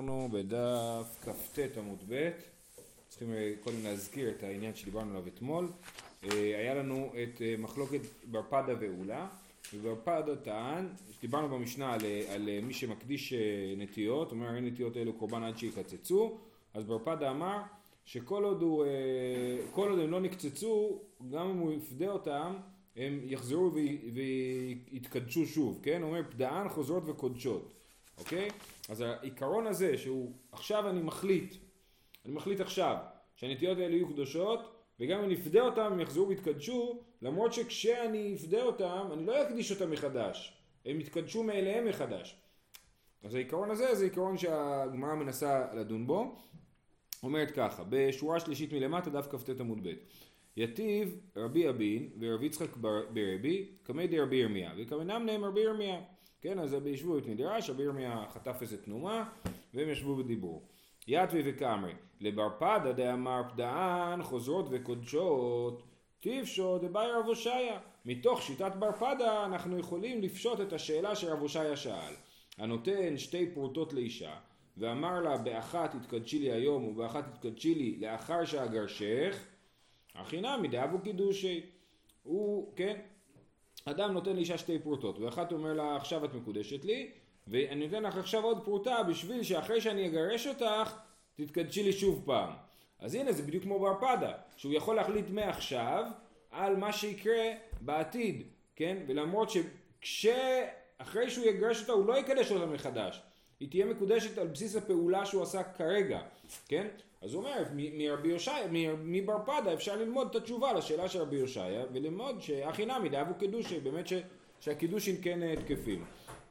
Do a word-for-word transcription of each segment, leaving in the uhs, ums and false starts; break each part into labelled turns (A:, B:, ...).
A: אנחנו בדף כ"ט עמוד ב', צריכים קודם להזכיר את העניין שדיברנו עליו אתמול. היה לנו את מחלוקת בר פדה ואולה, ובר פדה טען, דיברנו במשנה על, על מי שמקדיש נטיות, אומר אין נטיות אלו קורבן עד שיקצצו, אז בר פדה אמר שכל עוד, הוא, כל עוד הם לא נקצצו, גם אם הוא יפדה אותם, הם יחזרו ויתקדשו שוב, כן? הוא אומר פדען חוזרות וקודשות, אוקיי? אז העיקרון הזה שהוא עכשיו אני מחליט, אני מחליט עכשיו שהנטיות האלה יהיו קדושות, וגם אם נפדה אותם הם יחזרו ויתקדשו, למרות שכשאני אפדה אותם אני לא אקדיש אותם מחדש, הם יתקדשו מאליהם מחדש. אז העיקרון הזה זה עיקרון שהגמרא מנסה לדון בו. אומרת ככה, בשורה שלישית מלמטה דף כ"ט עמוד ב', יתיב רבי אבין ורבי יצחק ברבי כמי די רבי ירמיה וכמינם נהם רבי ירמיה. כן, אז בישבו את מדרש, רבי ירמיה חטף איזה תנומה והם ישבו בדיבור. יתבי וקמרי לבר פדה דאמר פדען חוזרות וקודשות תפשו דבאי רב הושעיה. מתוך שיטת בר פדה אנחנו יכולים לפשוט את השאלה שרב הושעיה שאל, הנותן שתי פרוטות לאישה ואמר לה באחת התקדשי לי היום ובאחת התקדשי לי לאחר שאגרשך, החינם מדאבו קידושי. הוא, כן, אדם נותן לאישה שתי פרוטות ואחת אומר לה עכשיו את מקודשת לי ואני נותן לך עכשיו עוד פרוטה בשביל שאחרי שאני אגרש אותך תתקדשי לי שוב פעם. אז הנה זה בדיוק כמו בר פדה, שהוא יכול להחליט מעכשיו על מה שיקרה בעתיד, כן? ולמרות שכשאחרי שהוא יגרש אותה הוא לא יקדש אותה מחדש, היא תהיה מקודשת על בסיס הפעולה שהוא עשה כרגע, כן? אז הוא אומר, מרבי יושעיה, מבר פדה אפשר ללמוד את התשובה לשאלה של רבי יושעיה, וללמוד שהכי נמי דאבו קידושי, באמת שהקידושים כן תקפים.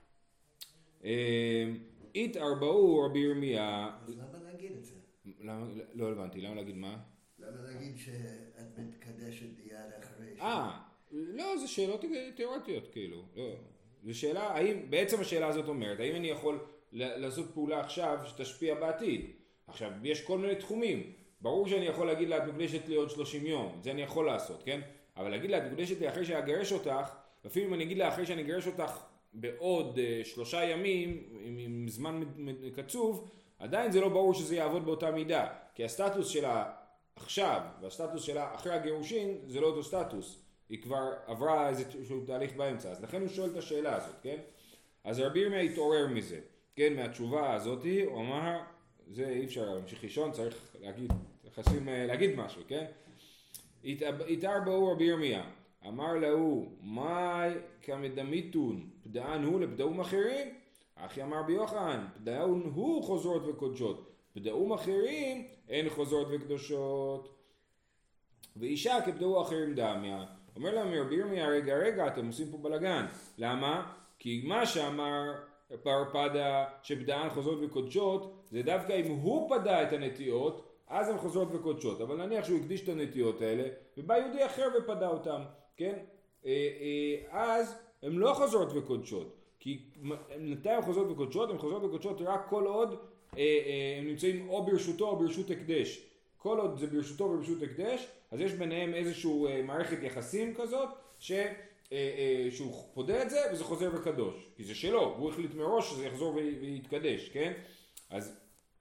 A: התארבעו רבי ירמיה.
B: אז למה להגיד את זה?
A: לא הבנתי, למה להגיד מה?
B: למה להגיד שאת מתקדשת ביד אחרי?
A: אה, לא, זה שאלות תיאורטיות כאילו, לא. זו שאלה, האם, בעצם השאלה הזאת אומרת, האם אני יכול לעשות פעולה עכשיו שתשפיע בעתיד? עכשיו, יש כל מיני תחומים, ברור שאני יכול להגיד לה, את מקודשת לי עוד שלושים יום, את זה אני יכול לעשות, כן? אבל להגיד לה, את מקודשת לי אחרי שאגרש אותך, אפילו אם אני אגיד לה, אחרי שאני אגרש אותך בעוד uh, שלושה ימים, עם, עם זמן קצוב, עדיין זה לא ברור שזה יעבוד באותה מידה, כי הסטטוס שלה עכשיו, והסטטוס שלה אחרי הגירושין, זה לא אותו סטטוס, היא כבר עברה איזשהו תהליך באמצע, אז לכן הוא שואל את השאלה הזאת, כן? אז רבי ירמיה התעורר מזה, כן? מהתשובה הזאת, הוא אמר, זה אי אפשר להמשיך לישון, צריך להגיד, חסים להגיד משהו, כן? התארבעו רבי ירמיה, אמר לו, מאי כמדמיתון, פדען הוא לפדעום אחרים? אחי אמר ביוחנן, פדעון הוא חוזרות וקודשות, פדעום אחרים אין חוזרות וקדושות. ואישה כפדעו אחרים דמיה. אומר להם רבי ירמיה, רגע רגע אתם עושים פה בלגן, למה? כי מה שאמר בר פדה שפדען חוזרות וקודשות זה דווקא אם הוא פדה את הנטיות אז הן חוזרות וקודשות, אבל נניח שהוא הקדיש את הנטיות האלה ובא יהודי אחר ופדה אותם, כן? אז הן לא חוזרות וקודשות, כי מתי הן חוזרות וקודשות? הן חוזרות וקודשות רק כל עוד הם נמצאים או ברשותו או ברשות הקדש. כל עוד זה ברשותו וברשות הקדש, אז יש ביניהם איזשהו מערכת יחסים כזאת ש... שהוא פודה את זה וזה חוזר וקדוש, כי זה שלו, הוא החליט מראש שזה יחזור ויתקדש, כן? אז,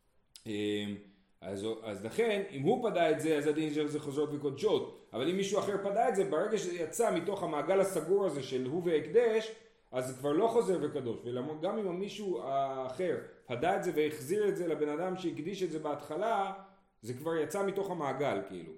A: אז, אז לכן, אם הוא פדה את זה, אז הדין של זה חוזרות וקודשות, אבל אם מישהו אחר פדה את זה, ברגע שזה יצא מתוך המעגל הסגור הזה של הוא והקדש, אז זה כבר לא חוזר וקדוש, וגם אם מישהו האחר פדה את זה והחזיר את זה לבן אדם שהקדיש את זה בהתחלה, זה כבר יצא מתוך המעגל, כאילו.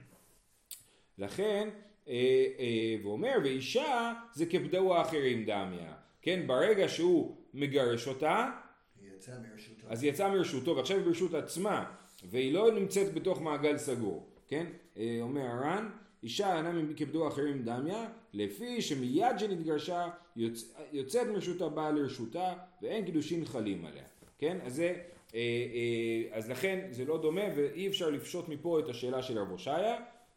A: לכן, ואומר, ואישה זה כפדעו האחרים דמיה, כן? ברגע שהוא מגרש אותה,
B: יצא מרשותו.
A: אז היא יצאה מרשותו, ועכשיו היא ברשות עצמה, והיא לא נמצאת בתוך מעגל סגור, כן? אומר הר"ן, אישה אינה כפדעו האחרים דמיה, לפי שמיד שנתגרשה יוצ... יוצאת מרשות הבאה לרשותה, ואין קידושין חלים עליה, כן? אז זה... אז לכן זה לא דומה ואי אפשר לפשוט מפה את השאלה של רב הושעיה.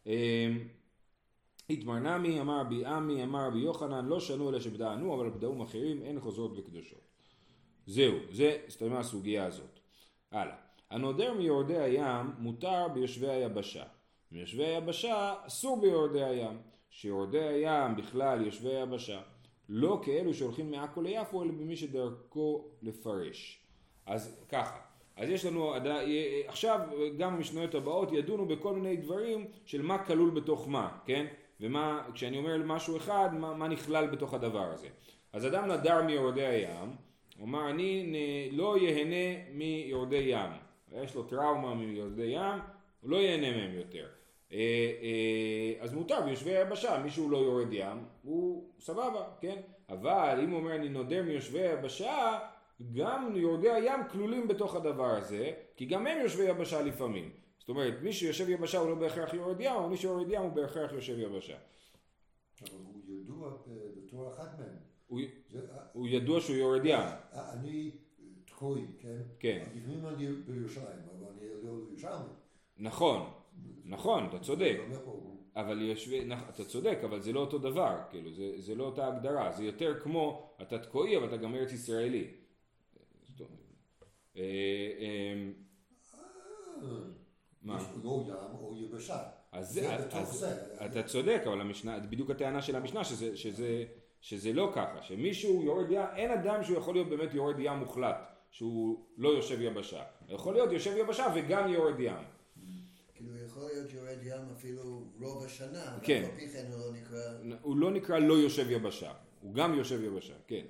A: התמרנמי אמר רבי עמי אמר רבי יוחנן לא שנו אלא שפדענו אבל פדעום אחרים אין חוזרות וקדושות. זהו, זה סתמה הסוגיה הזאת. הלאה, הנודר מיורדי הים מותר ביושבי היבשה, מיושבי היבשה אסור ביורדי הים, שיורדי הים בכלל יושבי היבשה, לא כאלו שהולכים מעכו ליפו אלא במי שדרכו לפרש. אז ככה, אז יש לנו, עכשיו גם המשניות הבאות ידונו בכל מיני דברים של מה כלול בתוך מה, כן? ומה, כשאני אומר משהו אחד, מה, מה נכלל בתוך הדבר הזה. אז אדם נדר מיורדי הים, הוא אמר אני לא יהנה מיורדי ים, יש לו טראומה מיורדי ים, הוא לא יהנה מהם יותר. אז מותר ביושבי היבשה, מישהו לא יורד ים, הוא סבבה, כן? אבל אם הוא אומר אני נודר מיושבי היבשה, גם יורדי הים כלולים בתוך הדבר הזה, כי גם הם יושבי יבשה לפעמים. זאת אומרת, מי שיושב יבשה הוא לא בהכרח יורד ים, או מי שיורד ים הוא בהכרח יושב יבשה.
B: אבל הוא ידוע בתור אחד מהם.
A: הוא, הוא ידוע שהוא יורד ים.
B: אני תקועי, כן?
A: כן.
B: לפעמים אני בירושלים, אבל אני לא בירושלים.
A: נכון, נכון, אתה צודק. אבל יושבי, אתה צודק, אבל זה לא אותו דבר, כאילו, זה, זה לא אותה הגדרה. זה יותר כמו, אתה תקועי, אבל אתה גם ארץ ישראלי.
B: מה? לא ים או יבשה.
A: אז אתה צודק, אבל בדיוק הטענה של המשנה שזה לא ככה, שמישהו יורד ים, אין אדם שהוא יכול להיות באמת יורד ים מוחלט, שהוא לא יושב יבשה. יכול להיות יושב יבשה וגם יורד ים.
B: כאילו יכול להיות יורד ים אפילו רוב השנה,
A: כן.
B: אבל פי כן הוא לא נקרא...
A: הוא לא נקרא לא יושב יבשה, הוא גם יושב יבשה, כן.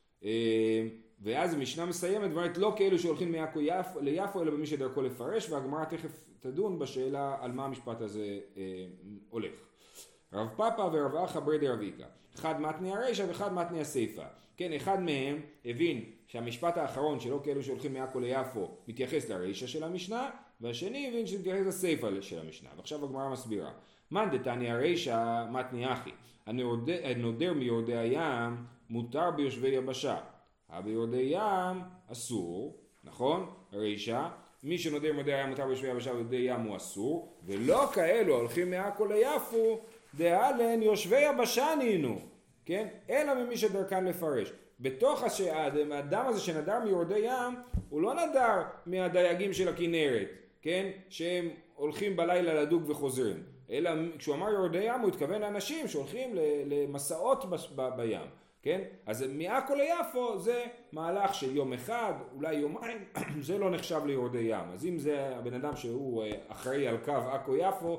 A: ואז המשנה מסיימת, ואומרת לא כאלו שהולכים מעכו ליפו, אלא במי שדרכו לפרש, והגמרא תכף תדון בשאלה על מה המשפט הזה אה, הולך. רב פאפא ורב אחא ברי דרב איכא, אחד מתני הרישא ואחד מתני הסיפא. כן, אחד מהם הבין שהמשפט האחרון שלא כאלו שהולכים מעכו ליפו מתייחס לרישא של המשנה, והשני הבין שמתייחס לסיפא של המשנה. ועכשיו הגמרא מסבירה. מן דתני הרישא מתני אחי, הנודר מיורדי הים מותר ביושבי יבשה. ביורדי ים אסור, נכון? רישא, מי שנודר מיורדי הים מותר ביושבי יבשה ויורדי ים הוא אסור, ולא כאלו הולכים מעכו ליפו, דהלן יושבי יבשה נהנו, כן? אלא ממי שדרכן לפרש. בתוך האדם הזה שנדר מיורדי ים, הוא לא נדר מהדייגים של הכנרת, כן? שהם הולכים בלילה לדוג וחוזרים. אלא כשהוא אמר יורדי ים הוא התכוון לאנשים שהולכים למסעות בים. כן? אז מעכו ליפו זה מהלך של יום אחד, אולי יומיים, זה לא נחשב ליורדי ים. אז אם זה הבן אדם שהוא אחראי על קו עכו יפו,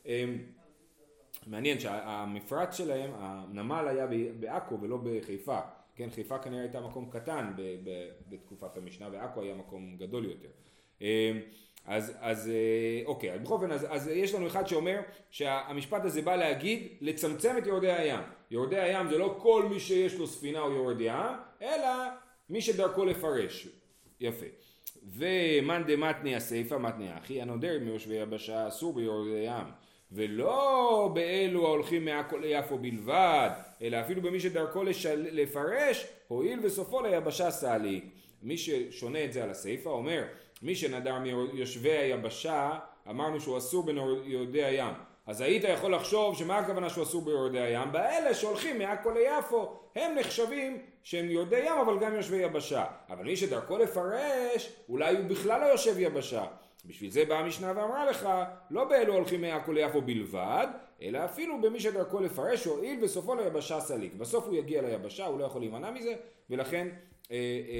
A: מעניין שהמפרט שלהם, הנמל היה בעכו ולא בחיפה. כן, חיפה כנראה הייתה מקום קטן בתקופת המשנה, ועכו היה מקום גדול יותר. אז, אז אוקיי, בכל אופן, אז, אז יש לנו אחד שאומר שהמשפט הזה בא להגיד, לצמצם את יורדי הים. יורדי הים זה לא כל מי שיש לו ספינה או יורד ים, אלא מי שדרכו לפרש. יפה. ומאן דמתני הסיפא מתני אחי, הנודר מיושבי יבשה אסור ביורדי ים. ולא באלו ההולכים מעכו ליפו בלבד, אלא אפילו במי שדרכו לשל... לפרש, הועיל וסופו ליבשה סליק. מי ששונה את זה על הסיפא אומר, מי שנדר מיושבי היבשה, אמרנו שהוא אסור בין יורדי הים. אז היית יכול לחשוב שמה הכוונה שהוא אסור ביורדי הים? באלה שהולכים מעכו ליפו, הם נחשבים שהם יורדי ים אבל גם יושבי יבשה. אבל מי שדרכו לפרש, אולי הוא בכלל לא יושב יבשה. בשביל זה באה המשנה ואמרה לך, לא באלו הולכים מעכו ליפו בלבד, אלא אפילו במי שדרכו לפרש, הועיל וסופו ליבשה סליק. בסוף הוא יגיע ליבשה, הוא לא יכול להימנע מזה, ולכן אה,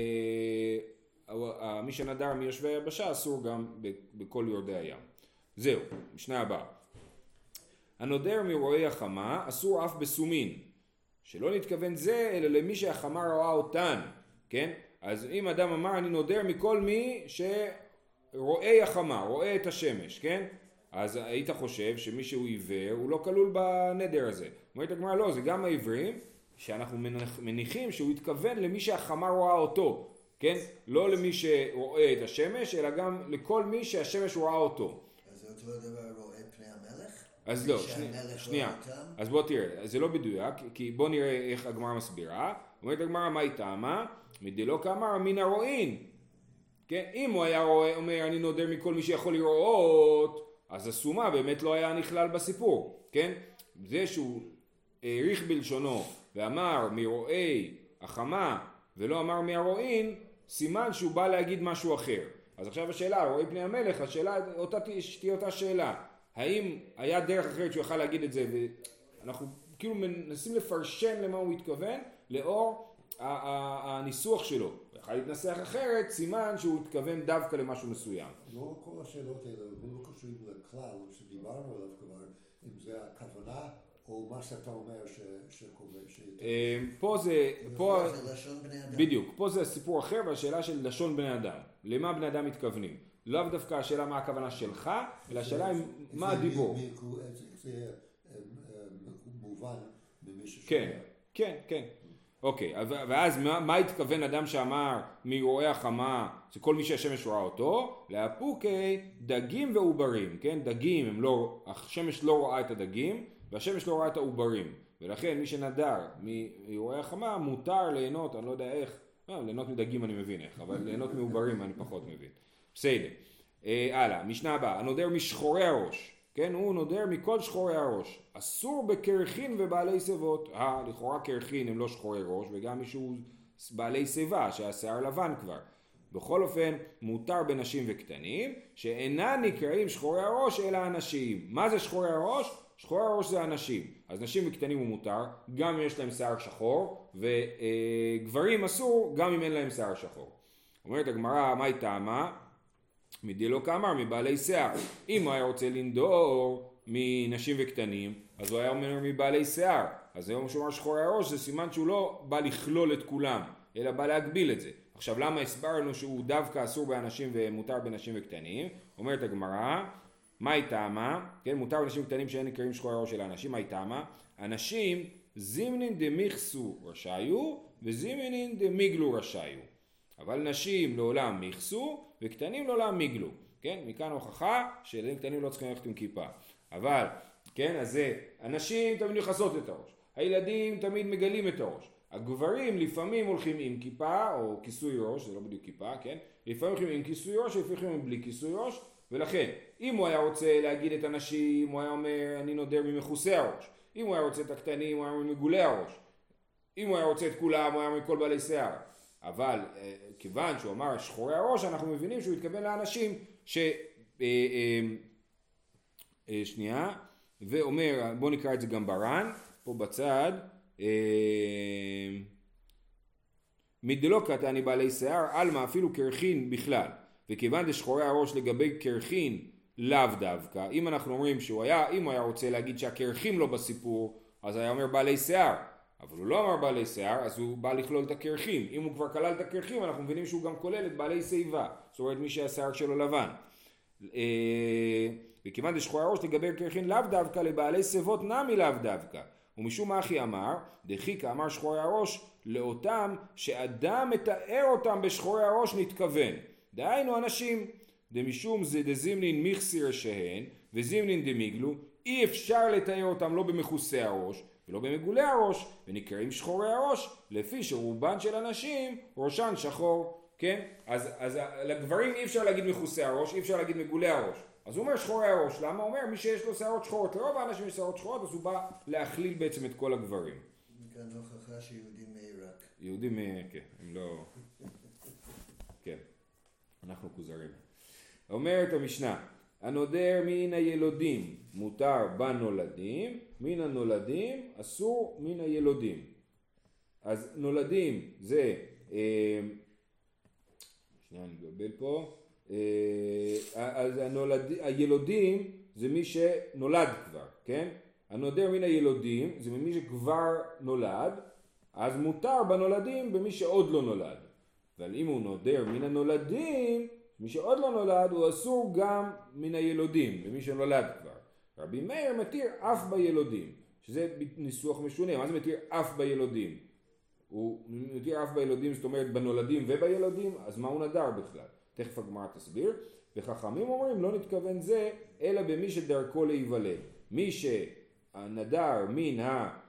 A: אה, מי שנדר מיושבי היבשה אסור גם בכל יורדי הים. זהו, משנה הבאה. הנודר מרועי החמה אסור אף בסומין, שלא נתכוון זה אלא למי שהחמה רואה אותן, כן? אז אם אדם אמר אני נודר מכל מי שרואה החמה, רואה את השמש, כן? אז היית חושב שמי שהוא עיוור הוא לא כלול בנדר הזה. אומרת הגמרא לא, זה גם העיוורים שאנחנו מניחים שהוא התכוון למי שהחמה רואה אותו, כן? לא למי שרואה את השמש אלא גם לכל מי שהשמש רואה אותו.
B: אז זה אותו דבר רואה פני המלך?
A: אז לא, שנייה, שנייה. אז בוא תראה, זה לא בדויק, כי בוא נראה איך הגמרא מסבירה. אומרת הגמרא מה הייתה, מה? מדלא כאמר מן הרואין. כן, אם הוא היה רואה, אומר אני נודר מכל מי שיכול לראות, אז הסומה באמת לא היה נכלל בסיפור, כן? זה שהוא העריך בלשונו ואמר מרואי החמה ולא אמר מהרואין, סימן שהוא בא להגיד משהו אחר. אז עכשיו השאלה, רואי פני המלך, השאלה, אותה, תהיה אותה שאלה. האם היה דרך אחרת שהוא יכל להגיד את זה, ואנחנו כאילו מנסים לפרשן למה הוא התכוון, לאור הניסוח שלו. יכול להתנסח אחרת, סימן שהוא התכוון דווקא למשהו מסוים.
B: לא כל השאלות האלה, לא קשורים לכלל שדיברנו עליו כבר, אם זה הכוונה או מה שאתה אומר שקובע.
A: פה זה, פה,
B: זה לשון בני אדם.
A: בדיוק, פה זה סיפור אחר והשאלה של לשון בני אדם. למה בני אדם מתכוונים? לאו דווקא השאלה מה הכוונה שלך, אלא השאלה מה הדיבור.
B: זה מובן במישהו שומע.
A: כן, כן, כן. אוקיי, ואז מה, מה התכוון אדם שאמר מרועי החמה, זה כל מי שהשמש רואה אותו, לאפוקי דגים ועוברים, כן? דגים, הם לא, השמש לא רואה את הדגים, והשמש לא רואה את העוברים, ולכן מי שנדר מרועי החמה מותר ליהנות, אני לא יודע איך, לא, ליהנות מדגים אני מבין איך, אבל ליהנות מעוברים אני פחות מבין. בסדר, אה, הלאה, משנה הבאה, הנודר משחורי הראש. כן, הוא נודר מכל שחורי הראש. אסור בקרחין ובעלי שיבות. אה, לכאורה קרחין הם לא שחורי ראש, וגם מישהו בעלי שיבה, שהשיער לבן כבר. בכל אופן, מותר בנשים וקטנים, שאינם נקראים שחורי הראש, אלא אנשים. מה זה שחורי הראש? שחורי הראש זה אנשים. אז נשים וקטנים הוא מותר, גם אם יש להם שיער שחור, וגברים אסור, גם אם אין להם שיער שחור. אומרת הגמרא, מה היא טעמה? מדילו כאמר, מבעלי שיער. אם הוא היה רוצה לנדור מנשים וקטנים, אז הוא היה אומר מבעלי שיער. אז היום שהוא אמר שחורי הראש, זה סימן שהוא לא בא לכלול את כולם, אלא בא להגביל את זה. עכשיו, למה הסברנו שהוא דווקא אסור באנשים ומותר בנשים וקטנים? אומרת הגמרא, מה היא טעמה? כן, מותר בנשים וקטנים שאין נקראים שחורי הראש של האנשים, מה היא טעמה? אנשים זימנין דמיכסו רשאיו, וזימנין דמיגלו רשאיו. אבל נשים לעולם מיכסו, וקטנים לעולם מיגלו. כן? מכאן הוכחה שילדים קטנים לא צריכים ללכת עם כיפה. אבל, כן, אז זה, אנשים תמיד נכסות את הראש. הילדים תמיד מגלים את הראש. הגברים לפעמים הולכים עם כיפה, או כיסוי ראש, זה לא בדיוק כיפה, כן? לפעמים הולכים עם כיסוי ראש, לפעמים הולכים בלי כיסוי ראש, ולכן, אם הוא היה רוצה להגיד את הנשים, הוא היה אומר, אני נודר ממכוסי הראש. אם הוא היה רוצה את הקטנים, הוא היה אומר מגולי הראש. אם הוא היה רוצה את כולם, הוא היה אומר כל בעלי שיער. אבל כיוון שהוא אמר שחורי הראש, אנחנו מבינים שהוא התכוון לאנשים ש... שנייה, ואומר, בוא נקרא את זה גם ברן, פה בצד, מדלא קטני בעלי שיער, אלמה אפילו קרחין בכלל, וכיוון דשחורי הראש לגבי קרחין לאו דווקא, אם אנחנו אומרים שהוא היה, אם הוא היה רוצה להגיד שהקרחים לא בסיפור, אז היה אומר בעלי שיער, אבל הוא לא אמר בעלי שיער, אז הוא בא לכלול את הקרחים. אם הוא כבר כלל את הקרחים, אנחנו מבינים שהוא גם כולל את בעלי שיבה, זאת אומרת מי שהשיער שלו לבן. וכיוון דשחורי הראש לגבי קרחין לאו דווקא, לבעלי שיבות נמי לאו דווקא. ומשום מה אחי אמר, דחיקה אמר שחורי הראש, לאותם שאדם מתאר אותם בשחורי הראש נתכוון. דהיינו אנשים, דמשום זה דזימנין מיכסי ראשיהן, וזימנין דמיגלו, אי אפשר לתאר אותם לא במכוסי הראש, ולא במגולי הראש, ונקראים שחורי הראש, לפי שרובן של אנשים ראשן שחור, כן? אז, אז לגברים אי אפשר להגיד מכוסי הראש, אי אפשר להגיד מגולי הראש. אז הוא אומר שחורי הראש, למה הוא אומר? מי שיש לו שערות שחורות, לרוב האנשים יש שערות שחורות, אז הוא בא להכליל בעצם את כל הגברים.
B: מכאן הוכחה שיהודים מעיראק.
A: יהודים, כן, הם לא... כן, אנחנו כוזרים. אומרת המשנה, הנודר מן הילודים מותר בנולדים, מן הנולדים אסור מן הילודים. אז נולדים זה, אה, שנייה אני מבלבל פה, אה, אז הנולד, הילודים זה מי שנולד כבר, כן? הנודר מן הילודים זה מי שכבר נולד, אז מותר בנולדים במי שעוד לא נולד. אבל אם הוא נודר מן הנולדים, מי שעוד לא נולד הוא אסור גם מן הילודים, במי שנולד כבר. רבי מאיר מתיר אף בילודים, שזה ניסוח משונה. מה זה מתיר אף בילודים? הוא מתיר אף בילודים, זאת אומרת בנולדים ובילודים, אז מה הוא נדר בכלל? תכף הגמרא תסביר. וחכמים אומרים לא נתכוון זה, אלא במי שדרכו להיוולד. מי שנדר מן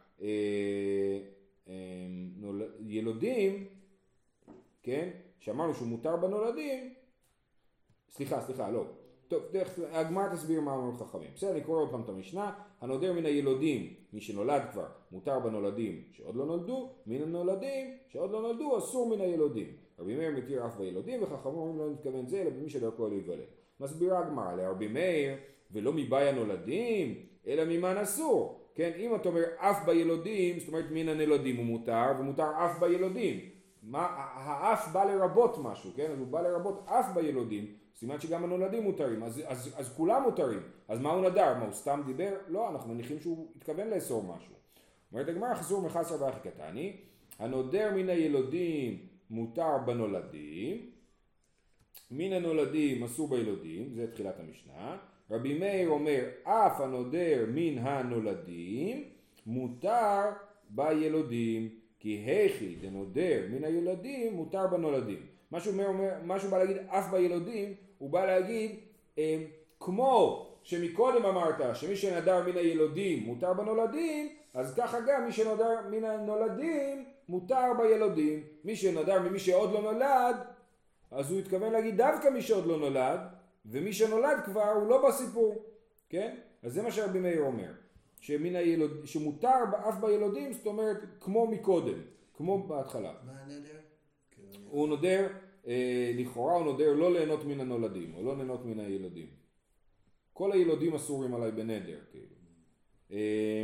A: הילודים, כן? שאמרנו שהוא מותר בנולדים, סליחה, סליחה, לא. טוב, הגמרא תסביר מה אמרו חכמים. בסדר, אני קורא עוד פעם את המשנה. הנודר מן הילודים, מי שנולד כבר, מותר בנולדים שעוד לא נולדו, מן הנולדים שעוד לא נולדו, אסור מן הילודים. רבי מאיר מתיר אף בילודים, וחכמים אומרים לא נתכוון זה, אלא במי שדרכו להיוולד. מסבירה הגמרא, לרבי מאיר, ולא מבאי הנולדים, אלא ממן אסור. כן, אם אתה אומר אף בילודים, זאת אומרת מן הנולדים הוא מותר, ומותר אף בילודים. מה, האף בא לרבות משהו, כן? אז הוא בא לרבות אף בילודים, סימן שגם הנולדים מותרים, אז, אז, אז כולם מותרים. אז מה הוא נדר? מה הוא סתם דיבר? לא, אנחנו מניחים שהוא התכוון לאסור משהו. אומרת הגמרא, חסור מחסר ואחי קטני, הנודר מן הילודים מותר בנולדים, מן הנולדים אסור בילודים, זה תחילת המשנה. רבי מאיר אומר, אף הנודר מן הנולדים מותר בילודים, כי היכי דנודר מן הילודים מותר בנולדים. מה שהוא אומר, מה שהוא בא להגיד אף בילודים, הוא בא להגיד אה, כמו שמקודם אמרת שמי שנדר מן הילודים מותר בנולדים, אז ככה גם מי שנדר מן הנולדים מותר בילודים. מי שנדר ממי שעוד לא נולד, אז הוא התכוון להגיד דווקא מי שעוד לא נולד, ומי שנולד כבר הוא לא בסיפור, כן? אז זה מה שרבי מאיר אומר, שמן הילוד, שמותר אף בילודים, זאת אומרת כמו מקודם, כמו בהתחלה.
C: מה הנדר?
A: הוא נודר, אה, לכאורה הוא נודר לא ליהנות מן הנולדים, או לא ליהנות מן הילודים. כל הילודים אסורים עליי בנדר, כאילו. אה,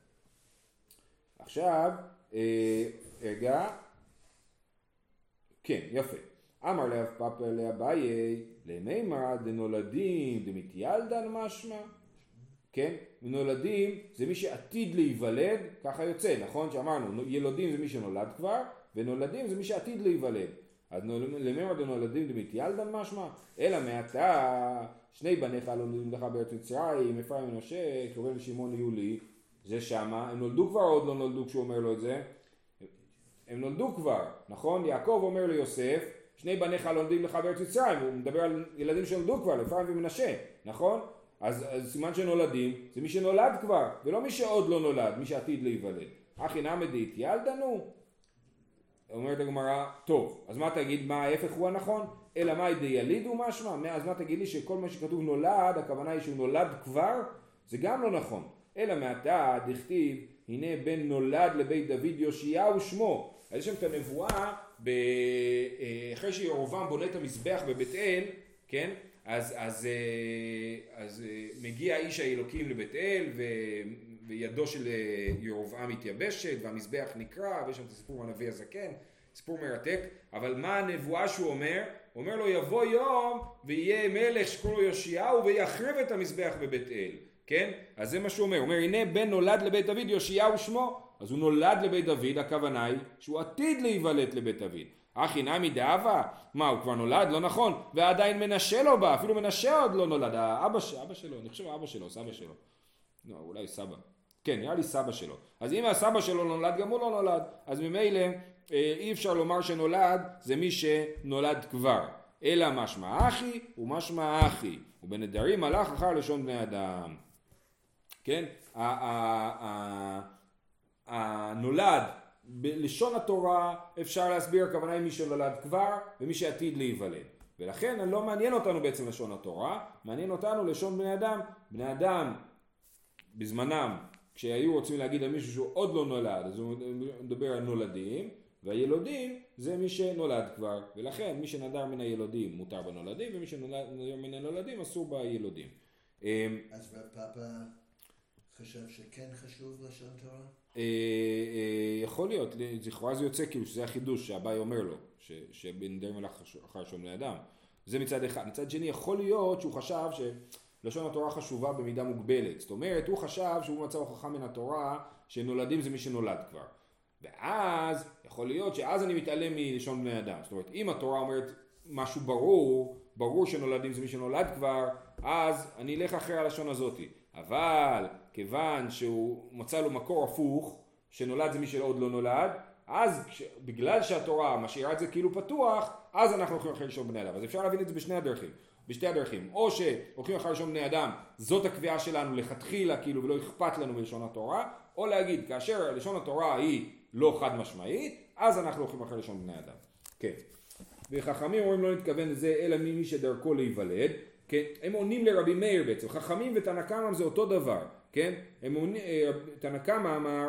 A: עכשיו, אה, רגע, כן, יפה. אמר לאב פאפר לאביי, למימר דנולדים דמתיילדן משמע, כן? נולדים זה מי שעתיד להיוולד, ככה יוצא, נכון? שאמרנו, ילודים זה מי שנולד כבר, ונולדים זה מי שעתיד להיוולד. אז למימר דנולדים דמתיילדן משמע, אלא מעתה שני בניך לא נולדים לך בארץ מצרים, אפרים ומנשה, ראובן ושמעון יולי, זה שמה, הם נולדו כבר או עוד לא נולדו כשהוא אומר לו את זה? הם נולדו כבר, נכון? יעקב אומר ליוסף, שני בניך לומדים לך בארץ מצרים, הוא מדבר על ילדים שנולדו כבר, אפרים ומנשה, נכון? אז, אז סימן שנולדים, זה מי שנולד כבר, ולא מי שעוד לא נולד, מי שעתיד להיוולד. אחי נמי דאיתיילדנו? אומרת הגמרא, טוב, אז מה תגיד, מה ההפך הוא הנכון? אלא מה דיילידו משמע? אז מה תגיד לי שכל מה שכתוב נולד, הכוונה היא שהוא נולד כבר? זה גם לא נכון. אלא מעתה דכתיב, הנה בן נולד לבית דוד יאשיהו שמו. אז יש שם את הנבואה, אחרי שירובעם בונה את המזבח בבית אל, כן? אז, אז, אז מגיע איש האלוקים לבית אל, ו, וידו של ירובעם מתייבשת, והמזבח נקרע, ויש שם את הסיפור הנביא הזקן, סיפור מרתק, אבל מה הנבואה שהוא אומר? הוא אומר לו, יבוא יום ויהיה מלך שקוראים לו יאשיהו, ויחריב את המזבח בבית אל, כן? אז זה מה שהוא אומר, הוא אומר, הנה בן נולד לבית דוד יאשיהו שמו, אז הוא נולד לבית דוד, הכוונה היא שהוא עתיד להיוולד לבית דוד. אחי נמי דאבה, מה הוא כבר נולד? לא נכון, ועדיין מנשה לא בא, אפילו מנשה עוד לא נולד, האבא, אבא שלו, אני חושב אבא שלו, סבא שלו, לא, אולי סבא, כן, נראה לי סבא שלו, אז אם הסבא שלו נולד, גם הוא לא נולד, אז ממילא אי אפשר לומר שנולד, זה מי שנולד כבר, אלא משמע אחי ומשמע אחי, ובנדרים הלך אחר לשון בני אדם, כן, הנולד, בלשון התורה אפשר להסביר, הכוונה היא מי שנולד כבר ומי שעתיד להיוולד. ולכן לא מעניין אותנו בעצם לשון התורה, מעניין אותנו לשון בני אדם. בני אדם בזמנם, כשהיו רוצים להגיד על מישהו שהוא עוד לא נולד, אז הוא מדבר על נולדים, והילודים זה מי שנולד כבר. ולכן מי שנדר מן הילודים מותר בנולדים, ומי שנדר מן הנולדים אסור בילודים.
C: אז פאפה חשב שכן חשוב לשון תורה?
A: יכול להיות, זכרה זה יוצא כאילו שזה החידוש שהבאי אומר לו, שבנדר מלאך אחר שום לאדם. זה מצד אחד. מצד שני יכול להיות שהוא חשב שלשון התורה חשובה במידה מוגבלת. זאת אומרת, הוא חשב שהוא מצא הוכחה מן התורה שנולדים זה מי שנולד כבר. ואז יכול להיות שאז אני מתעלם מלשון בני אדם. זאת אומרת, אם התורה אומרת משהו ברור, ברור שנולדים זה מי שנולד כבר, אז אני אלך אחרי הלשון הזאת. אבל כיוון שהוא מצא לו מקור הפוך, שנולד זה מי שעוד לא נולד, אז בגלל שהתורה משאירה את זה כאילו פתוח, אז אנחנו הולכים אחרי לשון בני אדם. אז אפשר להבין את זה בשני הדרכים, בשתי הדרכים. או שהולכים אחרי לשון בני אדם, זאת הקביעה שלנו לכתחילה, כאילו, ולא אכפת לנו בלשון התורה, או להגיד, כאשר לשון התורה היא לא חד משמעית, אז אנחנו הולכים אחרי לשון בני אדם. כן. וחכמים אומרים לא נתכוון לזה, אלא מי שדרכו להיוולד. כן? הם עונים לרבי מאיר בעצם, חכמים ותנא קמא זה אותו דבר, כן? הם עונים, תנא קמא אמר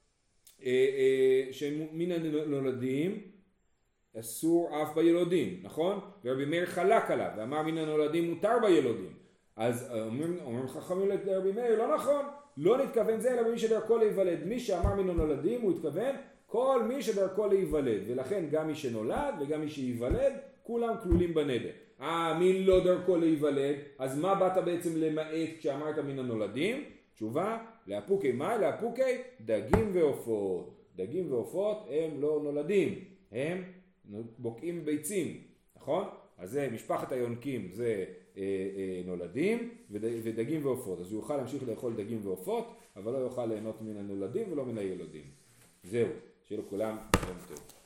A: שמן הנולדים אסור אף בילודים, נכון? ורבי מאיר חלק עליו ואמר מן הנולדים מותר בילודים. אז אומרים, אומרים חכמים לרבי מאיר, לא נכון, לא נתכוון זה אלא במי שדרכו להיוולד. מי שאמר מן הנולדים הוא התכוון כל מי שדרכו להיוולד, ולכן גם מי שנולד וגם מי שייוולד כולם כלולים בנדר. אה, מי לא דרכו להיוולד? אז מה באת בעצם למעט כשאמרת מן הנולדים? תשובה, לאפוקי מה? לאפוקי דגים ועופות. דגים ועופות הם לא נולדים, הם בוקעים ביצים, נכון? אז זה משפחת היונקים, זה אה, אה, נולדים ודגים ועופות. אז הוא יוכל להמשיך לאכול דגים ועופות, אבל לא יוכל ליהנות מן הנולדים ולא מן הילודים. זהו, שיהיה לכולם יום טוב.